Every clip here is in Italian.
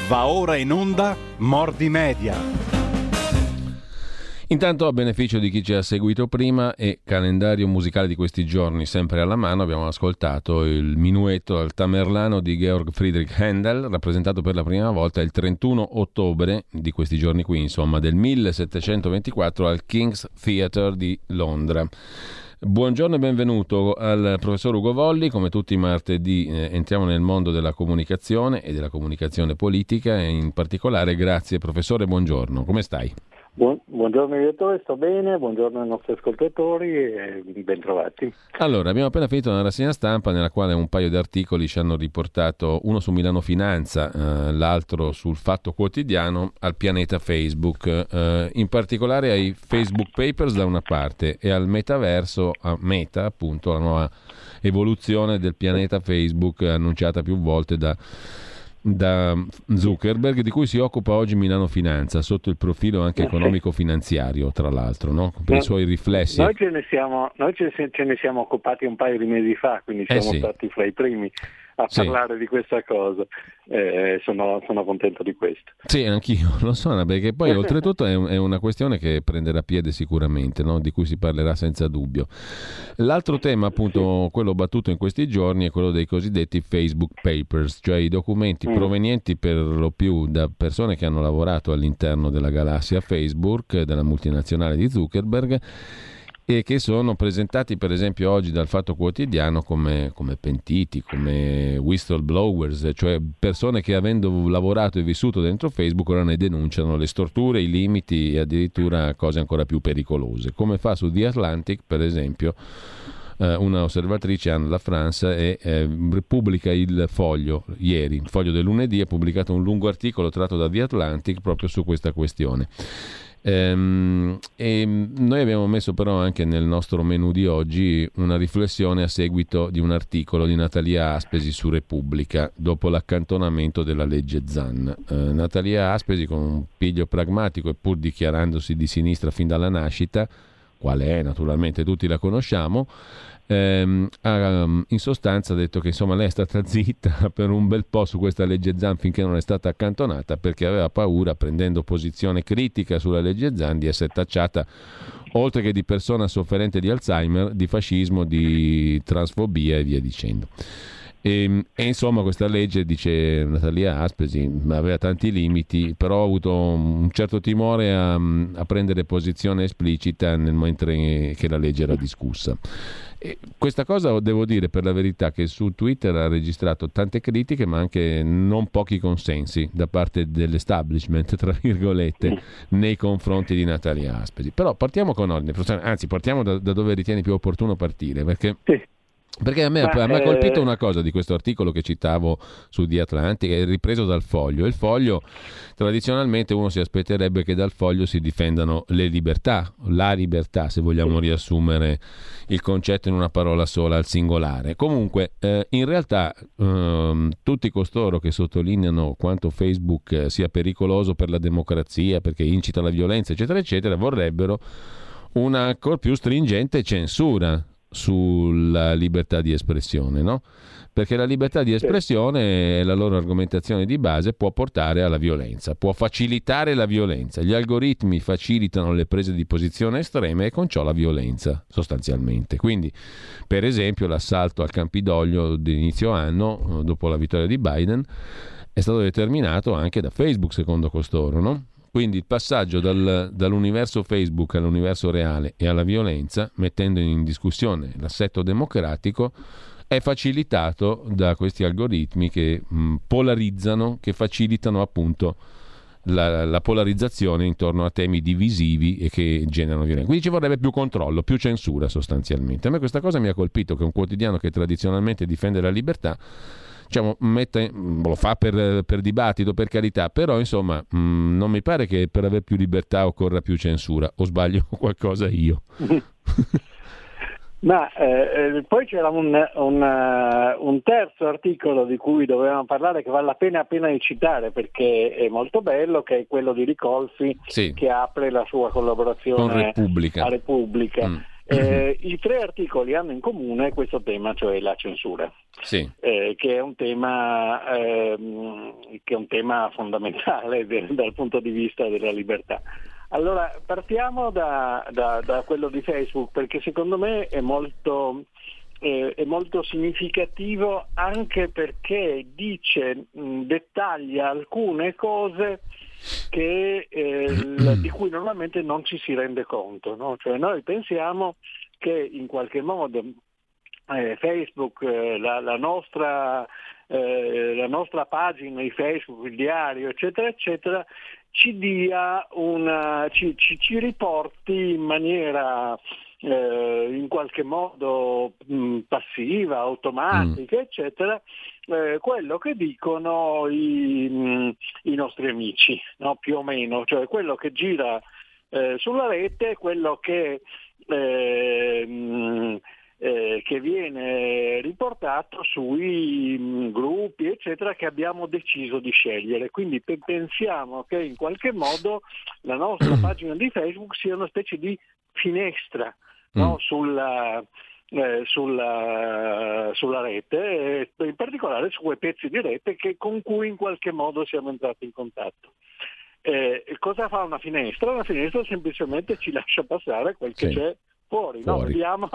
Va ora in onda Mordi Media. Intanto, a beneficio di chi ci ha seguito prima e calendario musicale di questi giorni sempre alla mano, abbiamo ascoltato il minuetto al Tamerlano di Georg Friedrich Händel, rappresentato per la prima volta il 31 ottobre di questi giorni qui, insomma, del 1724 al King's Theatre di Londra. Buongiorno e benvenuto al professor Ugo Volli. Come tutti i martedì entriamo nel mondo della comunicazione e della comunicazione politica, e in particolare grazie professore, buongiorno, come stai? Buongiorno direttore, sto bene, buongiorno ai nostri ascoltatori e bentrovati. Allora, abbiamo appena finito una rassegna stampa nella quale un paio di articoli ci hanno riportato, uno su Milano Finanza, l'altro sul Fatto Quotidiano, al pianeta Facebook, in particolare ai Facebook Papers da una parte e al metaverso, a Meta appunto, la nuova evoluzione del pianeta Facebook annunciata più volte da Zuckerberg, di cui si occupa oggi Milano Finanza sotto il profilo anche economico-finanziario, tra l'altro, no? Per i suoi riflessi. Noi ce ne siamo occupati un paio di mesi fa, quindi siamo stati fra i primi a parlare di questa cosa. Sono contento di questo. Sì, anch'io lo sono, perché poi oltretutto è una questione che prenderà piede sicuramente, no? Di cui si parlerà senza dubbio. L'altro tema, appunto, quello battuto in questi giorni, è quello dei cosiddetti Facebook Papers, cioè i documenti provenienti per lo più da persone che hanno lavorato all'interno della galassia Facebook, della multinazionale di Zuckerberg, e che sono presentati per esempio oggi dal Fatto Quotidiano come pentiti, come whistleblowers, cioè persone che, avendo lavorato e vissuto dentro Facebook, ora ne denunciano le storture, i limiti e addirittura cose ancora più pericolose, come fa su The Atlantic per esempio una osservatrice, Anne LaFrance, e pubblica il Foglio ieri, il Foglio del lunedì, ha pubblicato un lungo articolo tratto da The Atlantic proprio su questa questione. E noi abbiamo messo però anche nel nostro menù di oggi una riflessione a seguito di un articolo di Natalia Aspesi su Repubblica dopo l'accantonamento della legge Zan. Natalia Aspesi, con un piglio pragmatico e pur dichiarandosi di sinistra fin dalla nascita, quale è naturalmente, tutti la conosciamo, ha in sostanza detto che insomma lei è stata zitta per un bel po' su questa legge Zan finché non è stata accantonata, perché aveva paura, prendendo posizione critica sulla legge Zan, di essere tacciata, oltre che di persona sofferente di Alzheimer, di fascismo, di transfobia e via dicendo. E insomma questa legge, dice Natalia Aspesi, aveva tanti limiti, però ho avuto un certo timore a prendere posizione esplicita nel mentre che la legge era discussa. E questa cosa, devo dire per la verità, che su Twitter ha registrato tante critiche ma anche non pochi consensi da parte dell'establishment, tra virgolette, nei confronti di Natalia Aspesi. Però partiamo con ordine, anzi partiamo da dove ritieni più opportuno partire, perché a me ha colpito una cosa di questo articolo che citavo su The Atlantic, è ripreso dal Foglio. Il Foglio, tradizionalmente uno si aspetterebbe che dal Foglio si difendano le libertà, la libertà, se vogliamo riassumere il concetto in una parola sola, al singolare. Comunque, in realtà tutti costoro che sottolineano quanto Facebook sia pericoloso per la democrazia, perché incita alla violenza, eccetera, eccetera, vorrebbero una ancor più stringente censura sulla libertà di espressione, no? Perché la libertà di espressione, la loro argomentazione di base, può portare alla violenza, può facilitare la violenza. Gli algoritmi facilitano le prese di posizione estreme e con ciò la violenza, sostanzialmente. Quindi, per esempio, l'assalto al Campidoglio di inizio anno, dopo la vittoria di Biden, è stato determinato anche da Facebook, secondo costoro, no? Quindi il passaggio dall'universo Facebook all'universo reale e alla violenza, mettendo in discussione l'assetto democratico, è facilitato da questi algoritmi che polarizzano, che facilitano appunto la polarizzazione intorno a temi divisivi e che generano violenza. Quindi ci vorrebbe più controllo, più censura sostanzialmente. A me questa cosa mi ha colpito, che un quotidiano che tradizionalmente difende la libertà, diciamo, lo fa per dibattito, per carità, però insomma non mi pare che per aver più libertà occorra più censura, o sbaglio qualcosa io? Ma poi c'era un terzo articolo di cui dovevamo parlare, che vale la pena appena di citare perché è molto bello, che è quello di Ricolfi, che apre la sua collaborazione con Repubblica. a Repubblica. I 3 articoli hanno in comune questo tema, cioè la censura, sì. Che è un tema fondamentale dal punto di vista della libertà. Allora, partiamo da quello di Facebook, perché secondo me è molto significativo, anche perché dettaglia alcune cose di cui normalmente non ci si rende conto, no? Cioè noi pensiamo che in qualche modo Facebook, la nostra pagina di Facebook, il diario, eccetera, eccetera, ci riporti in maniera in qualche modo passiva, automatica, eccetera, quello che dicono i nostri amici, no? Più o meno, cioè quello che gira sulla rete, quello che viene riportato sui gruppi, eccetera, che abbiamo deciso di scegliere. Quindi pensiamo che in qualche modo la nostra pagina di Facebook sia una specie di finestra, no? sulla rete, in particolare su quei pezzi di rete con cui in qualche modo siamo entrati in contatto. Cosa fa una finestra? Una finestra semplicemente ci lascia passare quel che c'è fuori. No? Vediamo,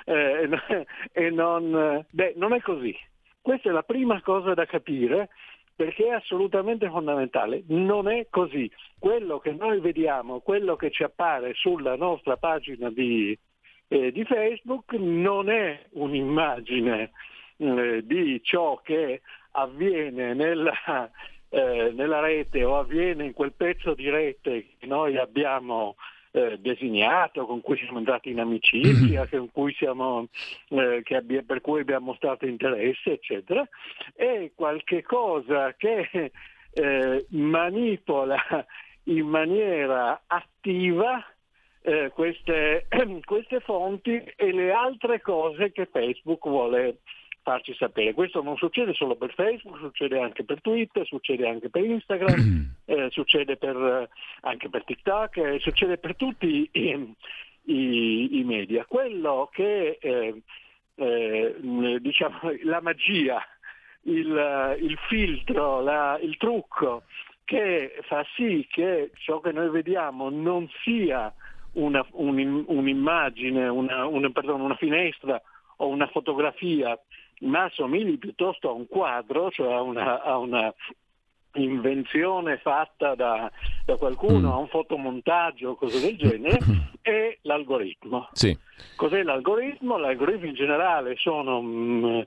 non è così. Questa è la prima cosa da capire, perché è assolutamente fondamentale. Non è così. Quello che noi vediamo, quello che ci appare sulla nostra pagina di Facebook non è un'immagine di ciò che avviene nella rete o avviene in quel pezzo di rete che noi abbiamo designato, con cui siamo entrati in amicizia, per cui abbiamo mostrato interesse, eccetera. È qualche cosa che manipola in maniera attiva queste fonti e le altre cose che Facebook vuole farci sapere. Questo non succede solo per Facebook, succede anche per Twitter, succede anche per Instagram, succede anche per TikTok, succede per tutti i media. Quello che diciamo la magia, il filtro, il trucco che fa sì che ciò che noi vediamo non sia un'immagine, una finestra o una fotografia, ma assomigli piuttosto a un quadro, cioè a una invenzione fatta da qualcuno, a un fotomontaggio o cose del genere, è l'algoritmo. Sì. Cos'è l'algoritmo? L'algoritmo in generale sono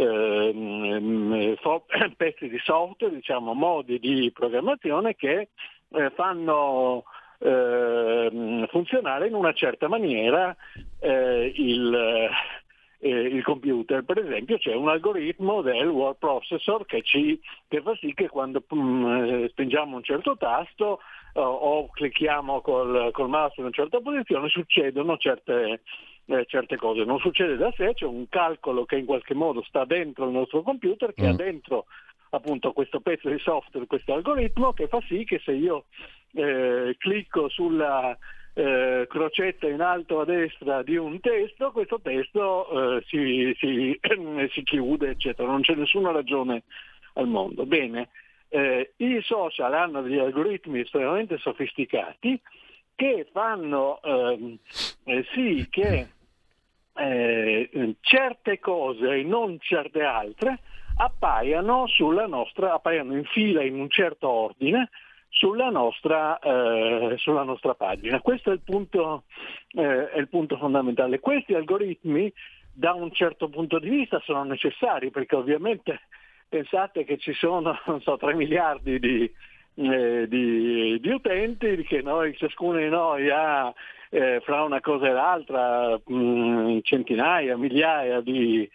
pezzi di software, diciamo modi di programmazione che fanno funzionare in una certa maniera il computer. Per esempio c'è un algoritmo del word processor che fa sì che quando spingiamo un certo tasto o clicchiamo col mouse in una certa posizione succedono certe cose. Non succede da sé, c'è un calcolo che in qualche modo sta dentro il nostro computer, che ha dentro appunto questo pezzo di software, questo algoritmo, che fa sì che se io clicco sulla crocetta in alto a destra di un testo, questo testo si chiude, eccetera. Non c'è nessuna ragione al mondo. Bene, i social hanno degli algoritmi estremamente sofisticati che fanno sì che certe cose e non certe altre appaiano in fila in un certo ordine sulla nostra pagina. Questo è il punto fondamentale. Questi algoritmi da un certo punto di vista sono necessari, perché ovviamente pensate che ci sono 3 miliardi di utenti, che ciascuno di noi ha fra una cosa e l'altra centinaia, migliaia di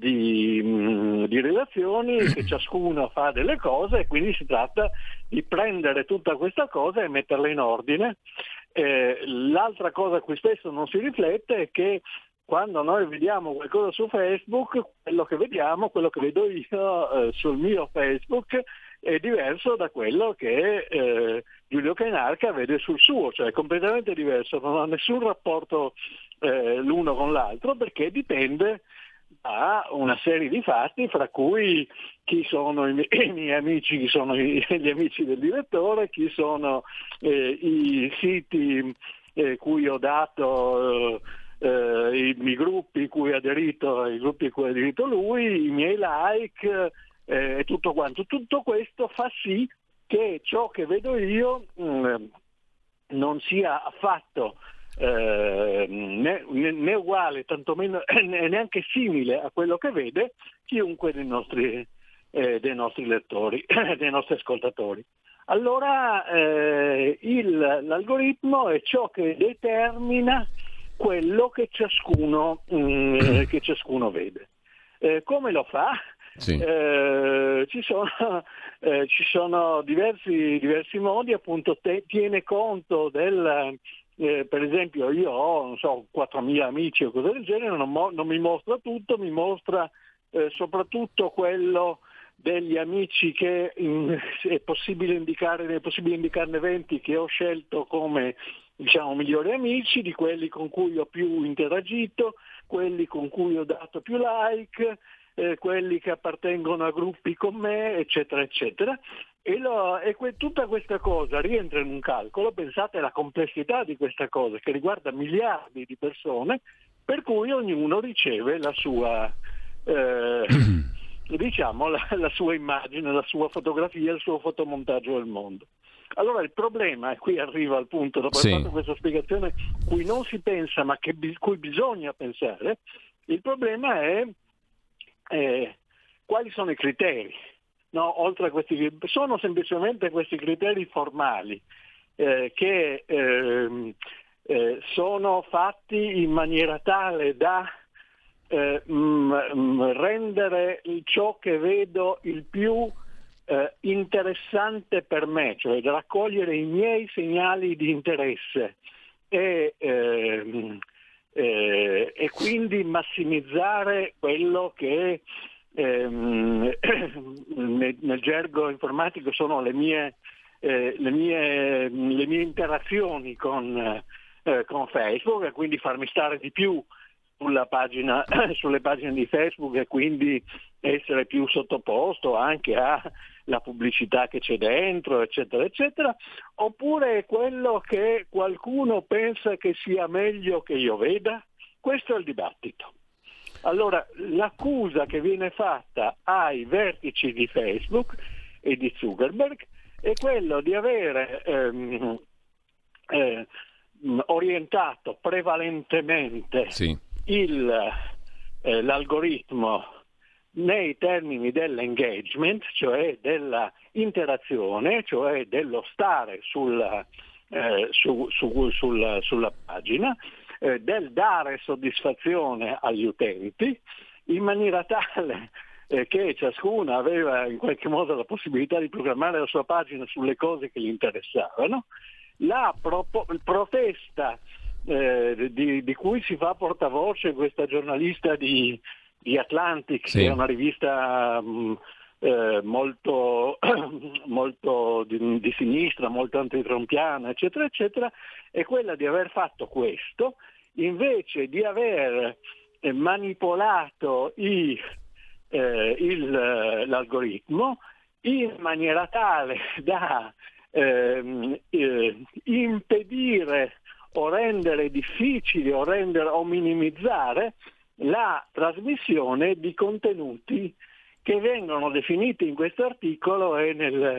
relazioni, che ciascuno fa delle cose, e quindi si tratta di prendere tutta questa cosa e metterla in ordine. L'altra cosa a cui spesso non si riflette è che quando noi vediamo qualcosa su Facebook, quello che vedo io sul mio Facebook è diverso da quello che Giulio Cainarca vede sul suo, cioè è completamente diverso, non ha nessun rapporto l'uno con l'altro, perché dipende da una serie di fatti, fra cui chi sono i miei amici, chi sono gli amici del direttore, chi sono i siti cui ho dato i gruppi cui ha aderito, i gruppi a cui ha aderito lui, i miei like e tutto quanto. Tutto questo fa sì che ciò che vedo io non sia affatto né uguale, tantomeno neanche simile a quello che vede chiunque dei nostri lettori, dei nostri ascoltatori. Allora l'algoritmo è ciò che determina quello che ciascuno vede. Come lo fa? Sì. Ci sono diversi modi, appunto tiene conto del per esempio io ho, non so, 4.000 amici o cose del genere, non mi mostra tutto, mi mostra soprattutto quello degli amici che è possibile indicarne 20 che ho scelto come, diciamo, migliori amici, di quelli con cui ho più interagito, quelli con cui ho dato più like, quelli che appartengono a gruppi con me, eccetera, eccetera. Tutta questa cosa rientra in un calcolo, pensate alla complessità di questa cosa, che riguarda miliardi di persone, per cui ognuno riceve la sua diciamo la sua immagine, la sua fotografia, il suo fotomontaggio del mondo. Allora il problema, e qui arriva al punto, dopo aver fatto questa spiegazione cui non si pensa ma cui bisogna pensare, il problema è quali sono i criteri. No, oltre a questi, sono semplicemente questi criteri formali che sono fatti in maniera tale da rendere ciò che vedo il più interessante per me, cioè da raccogliere i miei segnali di interesse e quindi massimizzare quello che nel gergo informatico sono le mie interazioni con Facebook, e quindi farmi stare di più sulle pagine di Facebook e quindi essere più sottoposto anche alla pubblicità che c'è dentro, eccetera, eccetera, oppure quello che qualcuno pensa che sia meglio che io veda. Questo è il dibattito. Allora, l'accusa che viene fatta ai vertici di Facebook e di Zuckerberg è quello di avere orientato prevalentemente l'algoritmo nei termini dell'engagement, cioè della interazione, cioè dello stare sulla pagina, del dare soddisfazione agli utenti, in maniera tale che ciascuno aveva in qualche modo la possibilità di programmare la sua pagina sulle cose che gli interessavano. La protesta di cui si fa portavoce questa giornalista di Atlantic, che è una rivista molto di sinistra, molto antitrumpiana, eccetera, eccetera, è quella di aver fatto questo invece di aver manipolato l'algoritmo in maniera tale da impedire o rendere difficile o minimizzare la trasmissione di contenuti che vengono definiti in questo articolo e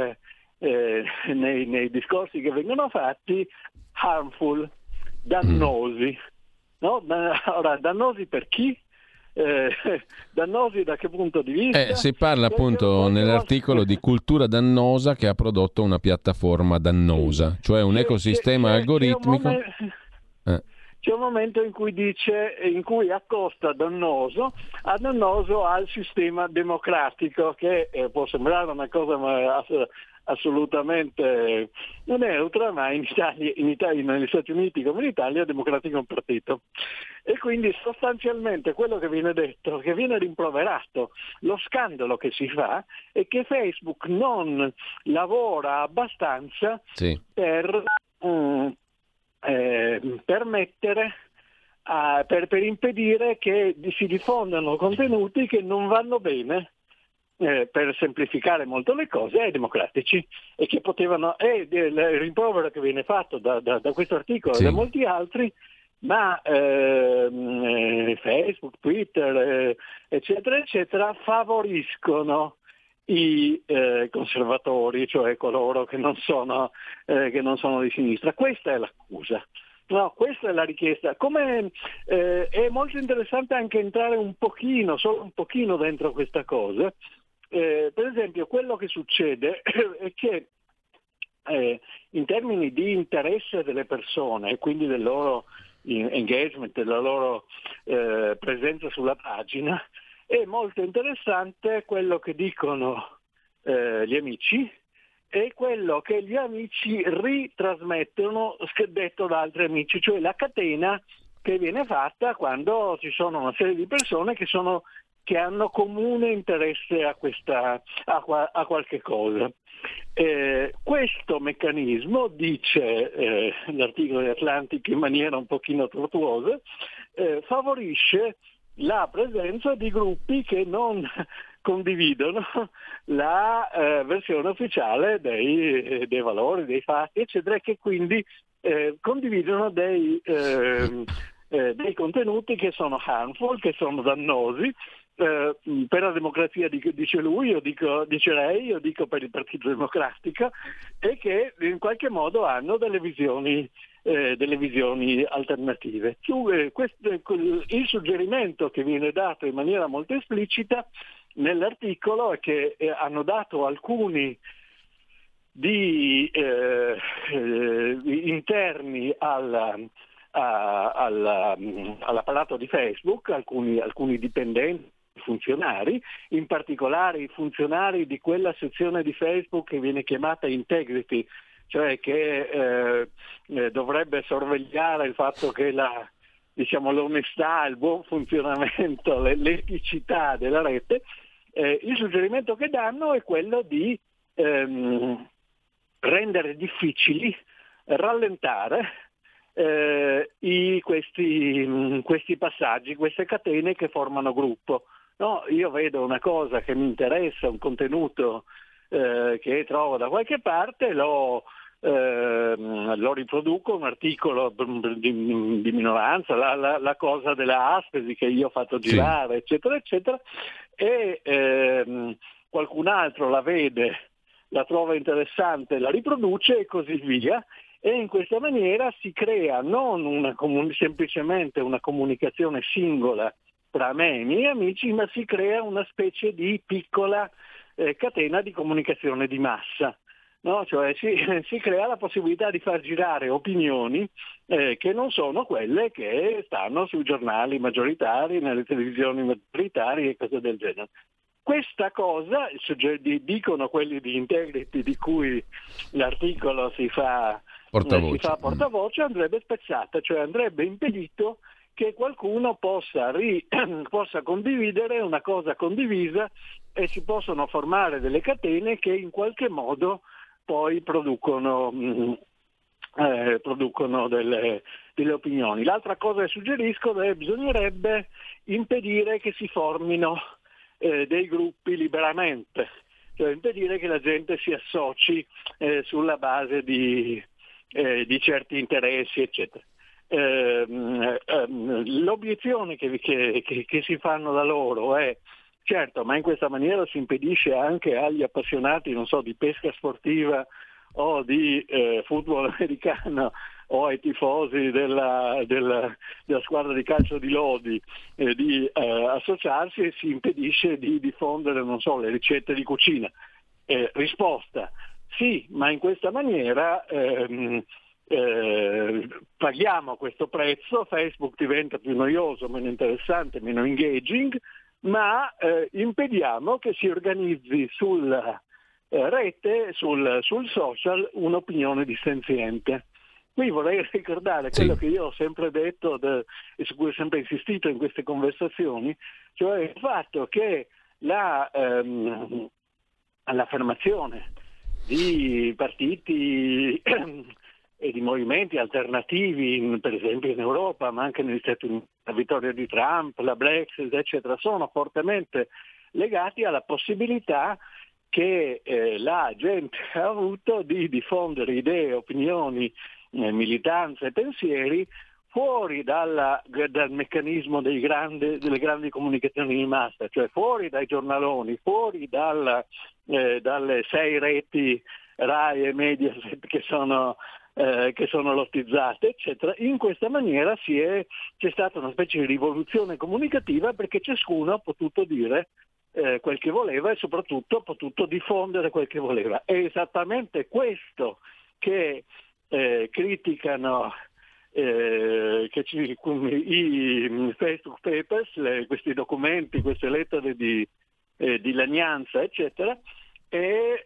nei discorsi che vengono fatti harmful, dannosi. No? Ora, dannosi per chi? Dannosi da che punto di vista? Si parla appunto nell'articolo di cultura dannosa che ha prodotto una piattaforma dannosa, cioè un ecosistema algoritmico. c'è un momento in cui accosta dannoso al sistema democratico, che può sembrare una cosa assolutamente neutra, ma in Italia, negli Stati Uniti come in Italia, democratico è un partito. E quindi sostanzialmente quello che viene detto, che viene rimproverato, lo scandalo che si fa è che Facebook non lavora abbastanza per permettere per impedire che si diffondano contenuti che non vanno bene, per semplificare molto le cose, ai democratici, e che potevano, il rimprovero che viene fatto da questo articolo e da molti altri, ma Facebook, Twitter, eccetera, eccetera, favoriscono i conservatori, cioè coloro che non sono di sinistra. Questa è l'accusa. No, questa è la richiesta. È molto interessante anche entrare solo un pochino dentro questa cosa. Per esempio, quello che succede è che in termini di interesse delle persone, e quindi del loro engagement, della loro presenza sulla pagina, è molto interessante quello che dicono gli amici e quello che gli amici ritrasmettono detto da altri amici, cioè la catena che viene fatta quando ci sono una serie di persone che hanno comune interesse a qualche cosa. Questo meccanismo, dice l'articolo di Atlantic in maniera un pochino tortuosa, favorisce la presenza di gruppi che non condividono la versione ufficiale dei valori, dei fatti, eccetera, e che quindi condividono dei contenuti che sono harmful, che sono dannosi per la democrazia, dice lui, io dice lei, io dico per il Partito Democratico, e che in qualche modo hanno delle visioni alternative. Il suggerimento che viene dato in maniera molto esplicita nell'articolo è che hanno dato alcuni di interni all'apparato di Facebook, alcuni dipendenti, funzionari, in particolare i funzionari di quella sezione di Facebook che viene chiamata Integrity, cioè che dovrebbe sorvegliare il fatto che l'onestà, il buon funzionamento, l'eticità della rete. Il suggerimento che danno è quello di rendere difficili, rallentare questi passaggi, queste catene che formano gruppo. No, io vedo una cosa che mi interessa, un contenuto che trovo da qualche parte, lo riproduco, un articolo di minoranza, la cosa della Aspesi che io ho fatto girare, eccetera, eccetera, e qualcun altro la vede, la trova interessante, la riproduce e così via. E in questa maniera si crea non semplicemente una comunicazione singola tra me e i miei amici, ma si crea una specie di piccola catena di comunicazione di massa. No? Cioè si crea la possibilità di far girare opinioni che non sono quelle che stanno sui giornali maggioritari, nelle televisioni maggioritarie e cose del genere. Questa cosa, dicono quelli di Integrity di cui l'articolo si fa portavoce, andrebbe spezzata, cioè andrebbe impedito che qualcuno possa condividere una cosa condivisa e si possono formare delle catene che in qualche modo poi producono delle opinioni. L'altra cosa che suggerisco è che bisognerebbe impedire che si formino dei gruppi liberamente, cioè impedire che la gente si associ sulla base di certi interessi, eccetera. L'obiezione che si fanno da loro è: certo, ma in questa maniera si impedisce anche agli appassionati, non so, di pesca sportiva o di football americano o ai tifosi della squadra di calcio di Lodi di associarsi, e si impedisce di diffondere, non so, le ricette di cucina. Risposta: sì, ma in questa maniera paghiamo questo prezzo, Facebook diventa più noioso, meno interessante, meno engaging, ma impediamo che si organizzi sulla rete, sul social, un'opinione dissenziente. Qui vorrei ricordare quello che io ho sempre detto e su cui ho sempre insistito in queste conversazioni, cioè il fatto che l'affermazione di partiti e di movimenti alternativi, per esempio in Europa, ma anche negli Stati Uniti, la vittoria di Trump, la Brexit, eccetera, sono fortemente legati alla possibilità che la gente ha avuto di diffondere idee, opinioni, militanze e pensieri fuori dal meccanismo delle grandi comunicazioni di massa, cioè fuori dai giornaloni, fuori dalle 6 reti Rai e Mediaset che sono lottizzate, eccetera. In questa maniera c'è stata una specie di rivoluzione comunicativa, perché ciascuno ha potuto dire quel che voleva e soprattutto ha potuto diffondere quel che voleva. È esattamente questo che criticano i Facebook Papers, questi documenti, queste lettere di lagnanza, eccetera, e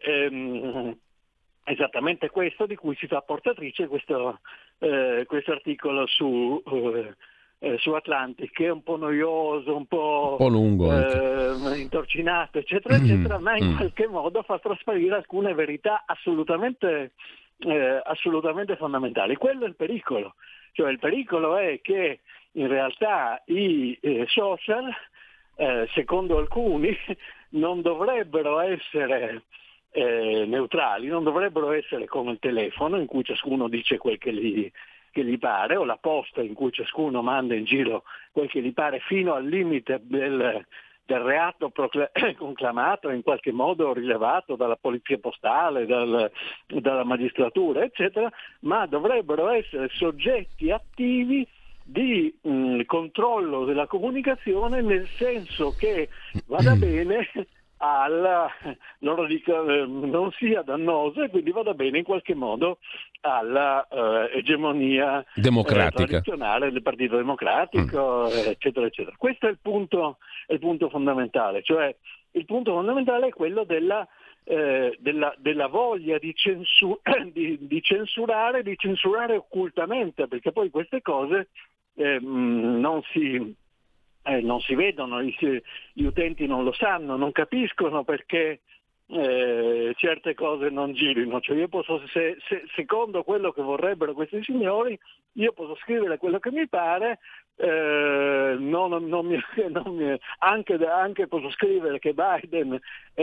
esattamente questo di cui si fa portatrice questo articolo su Atlantic, che è un po' noioso, un po' lungo, intorcinato, eccetera, eccetera, ma in qualche modo fa trasparire alcune verità assolutamente fondamentali. Quello è il pericolo. Cioè il pericolo è che in realtà i social, secondo alcuni, non dovrebbero essere neutrali, non dovrebbero essere come il telefono in cui ciascuno dice quel che gli pare, o la posta in cui ciascuno manda in giro quel che gli pare, fino al limite del reato conclamato, in qualche modo rilevato dalla polizia postale, dalla magistratura, eccetera, ma dovrebbero essere soggetti attivi di controllo della comunicazione, nel senso che vada bene non sia dannoso e quindi vada bene in qualche modo alla egemonia democratica tradizionale del Partito Democratico, eccetera, eccetera. Questo è il punto fondamentale, cioè il punto fondamentale è quello della voglia di censurare occultamente, perché poi queste cose non si vedono, gli utenti non lo sanno, non capiscono perché certe cose non girino. Cioè io posso, secondo quello che vorrebbero questi signori, io posso scrivere quello che mi pare, anche posso scrivere che Biden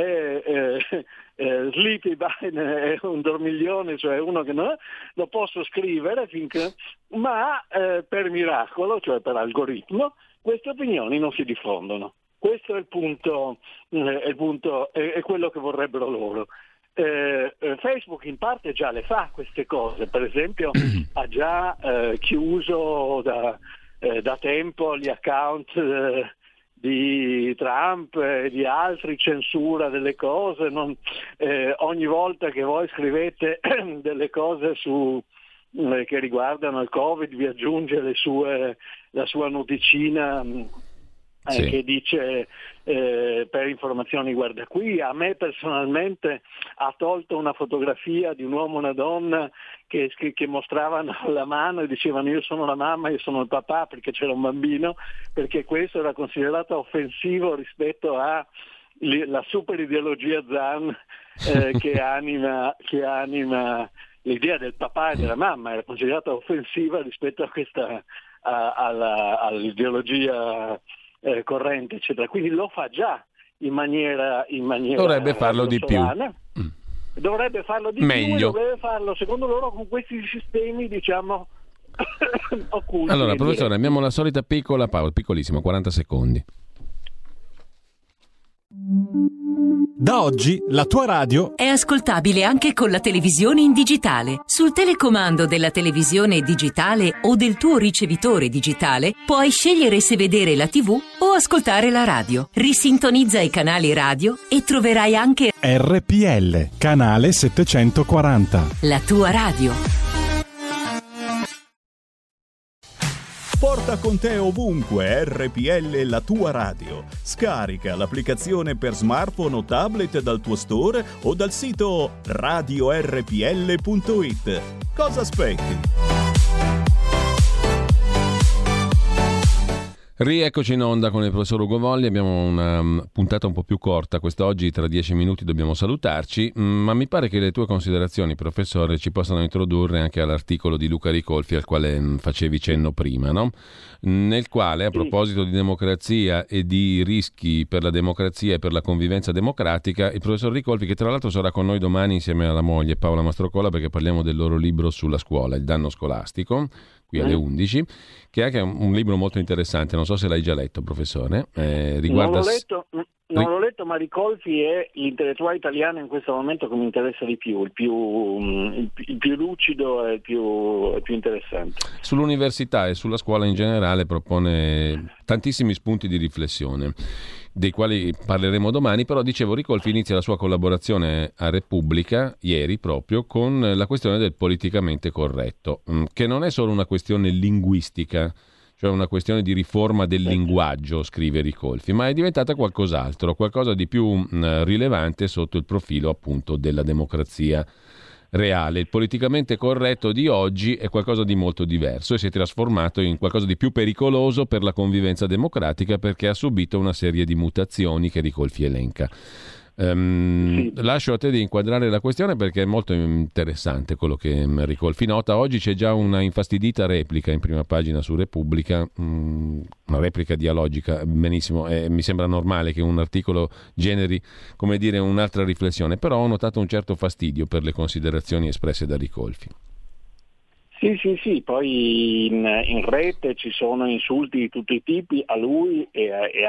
Sleepy Biden è un dormiglione, cioè uno che non lo posso scrivere finché, ma per miracolo, cioè per algoritmo, queste opinioni non si diffondono. Questo è il punto, è quello che vorrebbero loro. Facebook in parte già le fa queste cose, per esempio ha già chiuso da tempo gli account di Trump e di altri, censura delle cose, ogni volta che voi scrivete delle cose che riguardano il Covid vi aggiunge la sua noticina che dice per informazioni guarda qui. A me personalmente ha tolto una fotografia di un uomo e una donna che mostravano la mano e dicevano io sono la mamma, io sono il papà, perché c'era un bambino, perché questo era considerato offensivo rispetto a la super ideologia Zan che anima l'idea del papà e della mamma, era considerata offensiva rispetto a questa all'ideologia corrente, eccetera. Quindi lo fa già in maniera dovrebbe farlo di più. Dovrebbe farlo di meglio. Più, dovrebbe farlo secondo loro con questi sistemi, diciamo, occulti. Allora, professore, abbiamo la solita piccola pausa, piccolissima, 40 secondi. Da oggi la tua radio è ascoltabile anche con la televisione in digitale. Sul telecomando della televisione digitale o del tuo ricevitore digitale puoi scegliere se vedere la TV o ascoltare la radio. Risintonizza i canali radio e troverai anche RPL, canale 740. La tua radio. Porta con te ovunque RPL, la tua radio. Scarica l'applicazione per smartphone o tablet dal tuo store o dal sito radiorpl.it. Cosa aspetti? Rieccoci in onda con il professor Ugo Volli. Abbiamo una puntata un po' più corta quest'oggi, tra 10 minuti dobbiamo salutarci, ma mi pare che le tue considerazioni, professore, ci possano introdurre anche all'articolo di Luca Ricolfi al quale facevi cenno prima, no? Nel quale, a proposito di democrazia e di rischi per la democrazia e per la convivenza democratica, il professor Ricolfi, che tra l'altro sarà con noi domani insieme alla moglie Paola Mastrocola, perché parliamo del loro libro sulla scuola, Il danno scolastico, qui alle 11, che è anche un libro molto interessante. Non so se l'hai già letto, professore. Riguarda... Non l'ho letto, ma Ricolfi è l'intellettuale italiano in questo momento che mi interessa di più, il più lucido e il più interessante. Sull'università e sulla scuola in generale propone tantissimi spunti di riflessione, dei quali parleremo domani, però dicevo, Ricolfi inizia la sua collaborazione a Repubblica ieri proprio con la questione del politicamente corretto, che non è solo una questione linguistica, cioè una questione di riforma del linguaggio, scrive Ricolfi, ma è diventata qualcos'altro, qualcosa di più rilevante sotto il profilo appunto della democrazia reale. Il politicamente corretto di oggi è qualcosa di molto diverso e si è trasformato in qualcosa di più pericoloso per la convivenza democratica, perché ha subito una serie di mutazioni che Ricolfi elenca. Lascio a te di inquadrare la questione, perché è molto interessante quello che Ricolfi nota. Oggi c'è già una infastidita replica in prima pagina su Repubblica, una replica dialogica, benissimo, mi sembra normale che un articolo generi, come dire, un'altra riflessione, però ho notato un certo fastidio per le considerazioni espresse da Ricolfi. Sì, poi in rete ci sono insulti di tutti i tipi a lui e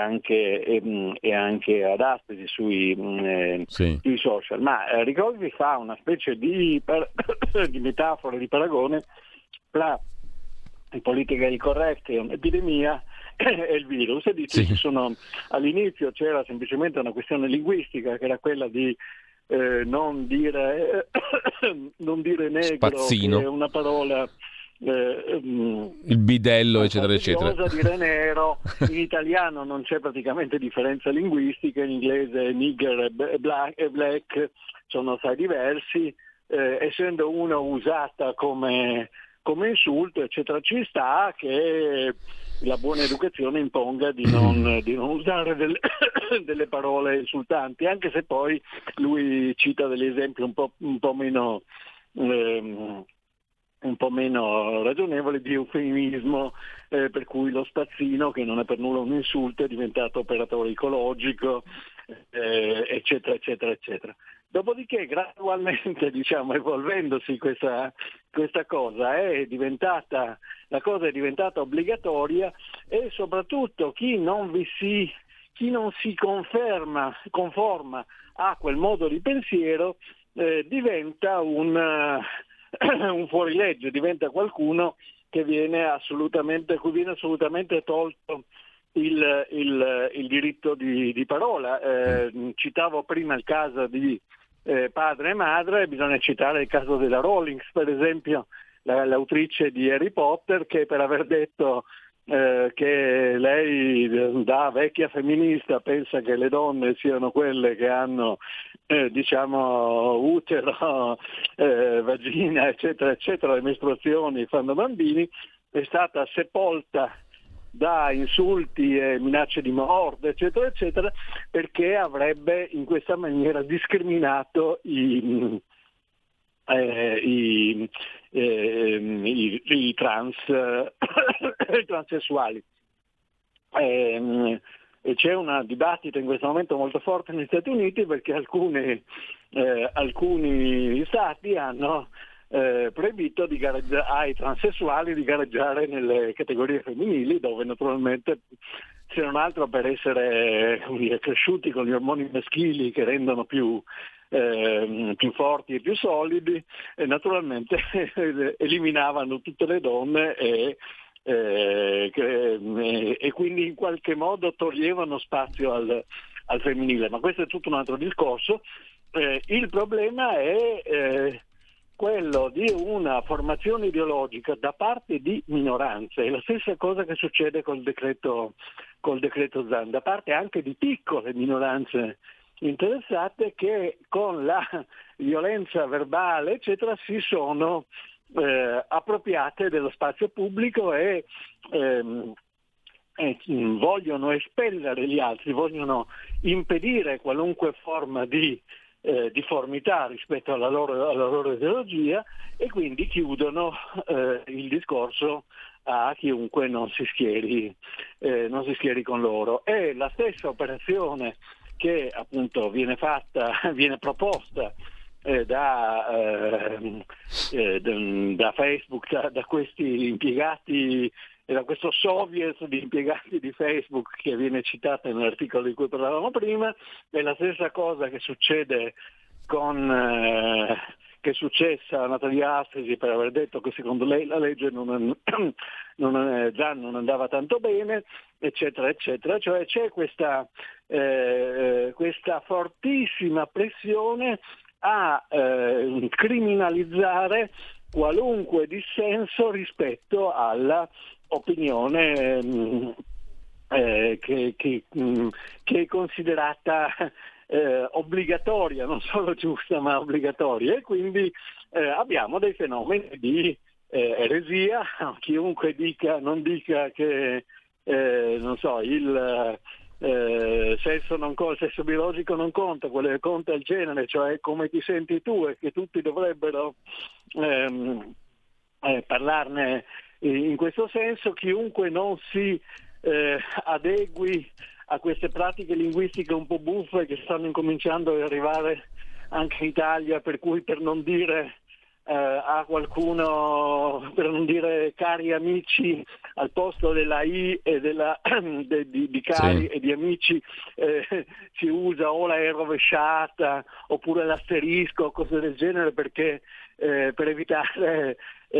anche ad Aspesi sui social, ma Ricolfi fa una specie di metafora, di paragone tra in politica corretta è un'epidemia e il virus, e dice che all'inizio c'era semplicemente una questione linguistica, che era quella di non dire negro, spazzino, che è una parola il bidello eccetera eccetera. Dire nero, in italiano non c'è praticamente differenza linguistica, in inglese nigger e black sono assai diversi, essendo una usata come insulto eccetera, ci sta che la buona educazione imponga di non usare delle parole insultanti, anche se poi lui cita degli esempi un po' meno ragionevoli di eufemismo, per cui lo spazzino, che non è per nulla un insulto, è diventato operatore ecologico, eccetera eccetera eccetera. Dopodiché gradualmente, evolvendosi questa cosa, la cosa è diventata obbligatoria, e soprattutto chi non si conforma a quel modo di pensiero diventa un fuorilegge, diventa qualcuno che a cui viene assolutamente tolto il diritto di parola. Citavo prima il caso di padre e madre, bisogna citare il caso della Rawlings, per esempio, l'autrice di Harry Potter, che per aver detto che lei da vecchia femminista pensa che le donne siano quelle che hanno utero, vagina eccetera eccetera, le mestruazioni, fanno bambini, è stata sepolta da insulti e minacce di morte eccetera eccetera, perché avrebbe in questa maniera discriminato i transessuali. E c'è un dibattito in questo momento molto forte negli Stati Uniti, perché alcuni stati hanno proibito ai transessuali di gareggiare nelle categorie femminili, dove naturalmente, se non altro per essere cresciuti con gli ormoni maschili che rendono più forti e più solidi, e naturalmente eliminavano tutte le donne e quindi in qualche modo toglievano spazio al femminile. Ma questo è tutto un altro discorso. Il problema è quello di una formazione ideologica da parte di minoranze. È la stessa cosa che succede col decreto Zan, da parte anche di piccole minoranze interessate che con la violenza verbale eccetera si sono appropriate dello spazio pubblico e vogliono espellere gli altri, vogliono impedire qualunque forma di difformità rispetto alla loro ideologia, e quindi chiudono il discorso a chiunque non si schieri con loro. È la stessa operazione che appunto viene proposta da Facebook, da questi impiegati, da questo soviet di impiegati di Facebook che viene citata nell'articolo di cui parlavamo prima. È la stessa cosa che succede che è successa a Natalia Astridi per aver detto che secondo lei la legge non andava tanto bene, eccetera, eccetera. Cioè c'è questa fortissima pressione a criminalizzare qualunque dissenso rispetto alla opinione che è considerata obbligatoria, non solo giusta ma obbligatoria, e quindi abbiamo dei fenomeni di eresia. Chiunque non dica che non so, il sesso biologico non conta, quello che conta è il genere, cioè come ti senti tu, e che tutti dovrebbero parlarne in questo senso. Chiunque non si adegui a queste pratiche linguistiche un po' buffe che stanno incominciando ad arrivare anche in Italia, per cui per non dire a qualcuno, per non dire cari amici al posto della I e di cari e di amici, si usa o la E rovesciata oppure l'asterisco, cose del genere, perché per evitare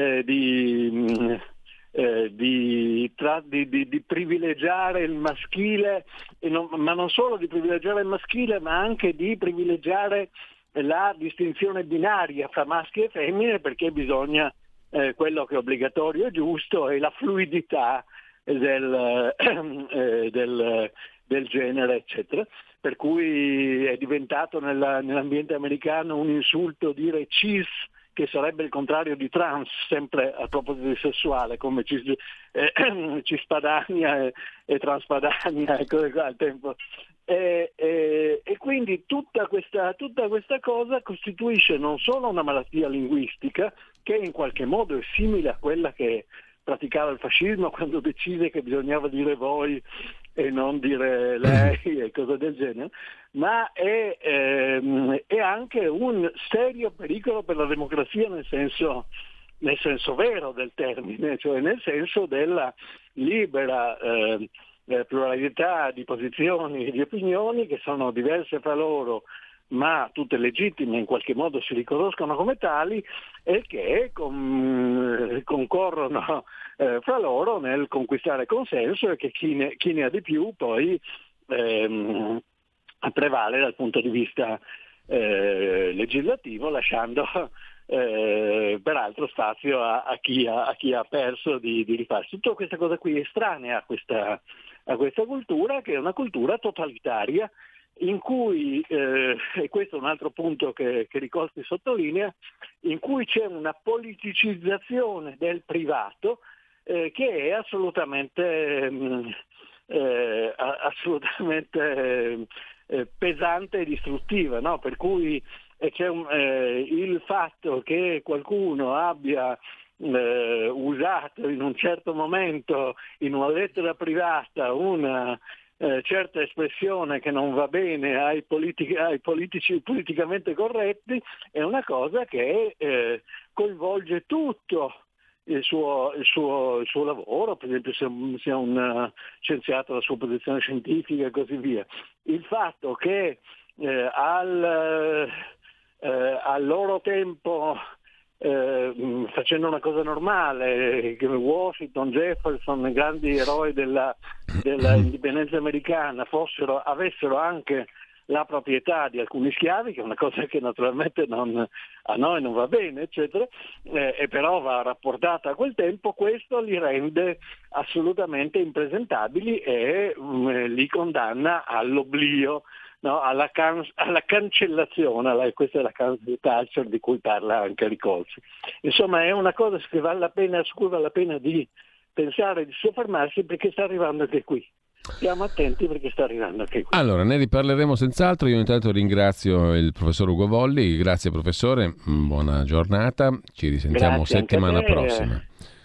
di privilegiare il maschile, ma non solo di privilegiare il maschile, ma anche di privilegiare la distinzione binaria fra maschi e femmine, perché bisogna quello che è obbligatorio e giusto è la fluidità del genere, eccetera. Per cui è diventato nell'ambiente americano un insulto dire cis, che sarebbe il contrario di trans, sempre a proposito di sessuale, come cispadania e transpadania e cose qua al tempo. E quindi tutta questa cosa costituisce non solo una malattia linguistica, che in qualche modo è simile a quella che praticava il fascismo quando decise che bisognava dire voi e non dire lei e cose del genere, ma è anche un serio pericolo per la democrazia nel senso vero del termine, cioè nel senso della libera pluralità di posizioni e di opinioni che sono diverse fra loro, ma tutte legittime, in qualche modo si riconoscono come tali e che concorrono fra loro nel conquistare consenso, e che chi ne ha di più poi prevale dal punto di vista legislativo, lasciando peraltro spazio a chi ha perso di rifarsi. Tutta questa cosa qui è estranea a questa cultura, che è una cultura totalitaria, in cui, e questo è un altro punto che Ricosti sottolinea, in cui c'è una politicizzazione del privato che è assolutamente pesante e distruttiva, no? Per cui c'è il fatto che qualcuno abbia usato in un certo momento in una lettera privata una certa espressione che non va bene ai politici politicamente corretti, è una cosa che coinvolge tutto il suo lavoro, per esempio se sia un scienziato, la sua posizione scientifica e così via. Il fatto che al loro tempo, facendo una cosa normale, che Washington, Jefferson, i grandi eroi della indipendenza americana avessero anche la proprietà di alcuni schiavi, che è una cosa che naturalmente a noi non va bene, eccetera, e però va rapportata a quel tempo. Questo li rende assolutamente impresentabili e li condanna all'oblio, no? alla cancellazione, questa è la cancel culture di cui parla anche Ricolfi. Insomma, è una cosa su cui vale la pena di pensare, di soffermarsi, perché sta arrivando anche qui. Stiamo attenti perché sta arrivando anche qui. Allora, ne riparleremo senz'altro. Io intanto ringrazio il professor Ugo Volli. Grazie professore, buona giornata. Ci risentiamo settimana prossima.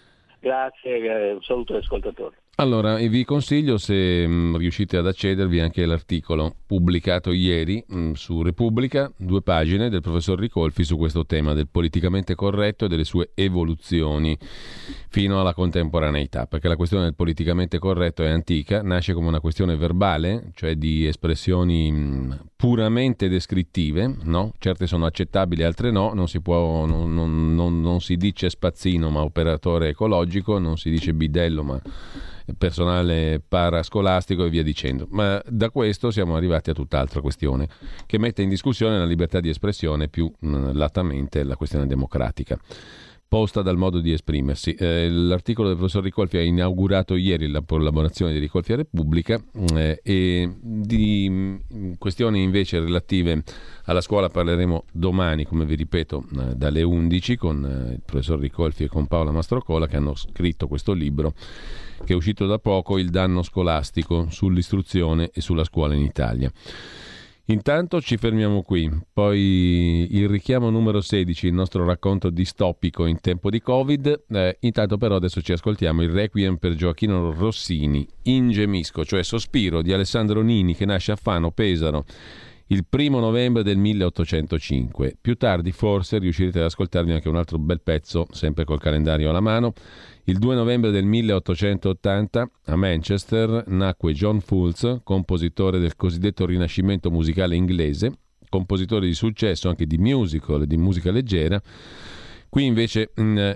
Grazie, un saluto agli ascoltatori. Allora, vi consiglio, se riuscite ad accedervi, anche l'articolo pubblicato ieri su Repubblica, 2 pagine del professor Ricolfi su questo tema del politicamente corretto e delle sue evoluzioni fino alla contemporaneità, perché la questione del politicamente corretto è antica, nasce come una questione verbale, cioè di espressioni puramente descrittive, no? Certe sono accettabili, altre no, non si può, non si dice spazzino ma operatore ecologico, non si dice bidello ma personale parascolastico e via dicendo. Ma da questo siamo arrivati a tutt'altra questione che mette in discussione la libertà di espressione, più latamente la questione democratica posta dal modo di esprimersi. L'articolo del professor Ricolfi ha inaugurato ieri la collaborazione di Ricolfi a Repubblica, e di questioni invece relative alla scuola parleremo domani, come vi ripeto, dalle 11 con il professor Ricolfi e con Paola Mastrocola, che hanno scritto questo libro che è uscito da poco, Il danno scolastico, sull'istruzione e sulla scuola in Italia. Intanto ci fermiamo qui, poi il richiamo numero 16, il nostro racconto distopico in tempo di Covid. Intanto però adesso ci ascoltiamo il Requiem per Gioachino Rossini, Ingemisco, cioè Sospiro, di Alessandro Nini, che nasce a Fano, Pesaro, il 1 novembre del 1805. Più tardi forse riuscirete ad ascoltarvi anche un altro bel pezzo, sempre col calendario alla mano. Il 2 novembre del 1880 a Manchester nacque John Fowles, compositore del cosiddetto Rinascimento musicale inglese, compositore di successo anche di musical e di musica leggera. Qui invece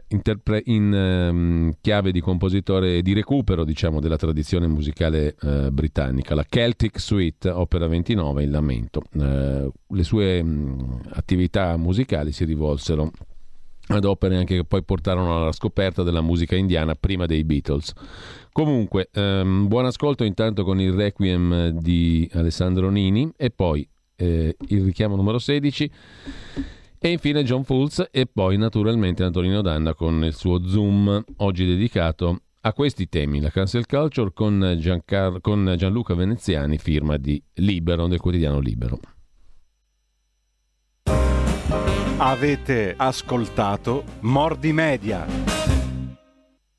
in chiave di compositore di recupero, diciamo, della tradizione musicale britannica, la Celtic Suite, opera 29, Il Lamento. Le sue attività musicali si rivolsero ad opere anche che poi portarono alla scoperta della musica indiana prima dei Beatles. Comunque, buon ascolto intanto con il Requiem di Alessandro Nini e poi il richiamo numero 16 e infine John Fowles e poi naturalmente Antonino Danna con il suo Zoom, oggi dedicato a questi temi, la cancel culture, con Gianluca Veneziani, firma di Libero, del quotidiano Libero. Avete ascoltato Mordi Media.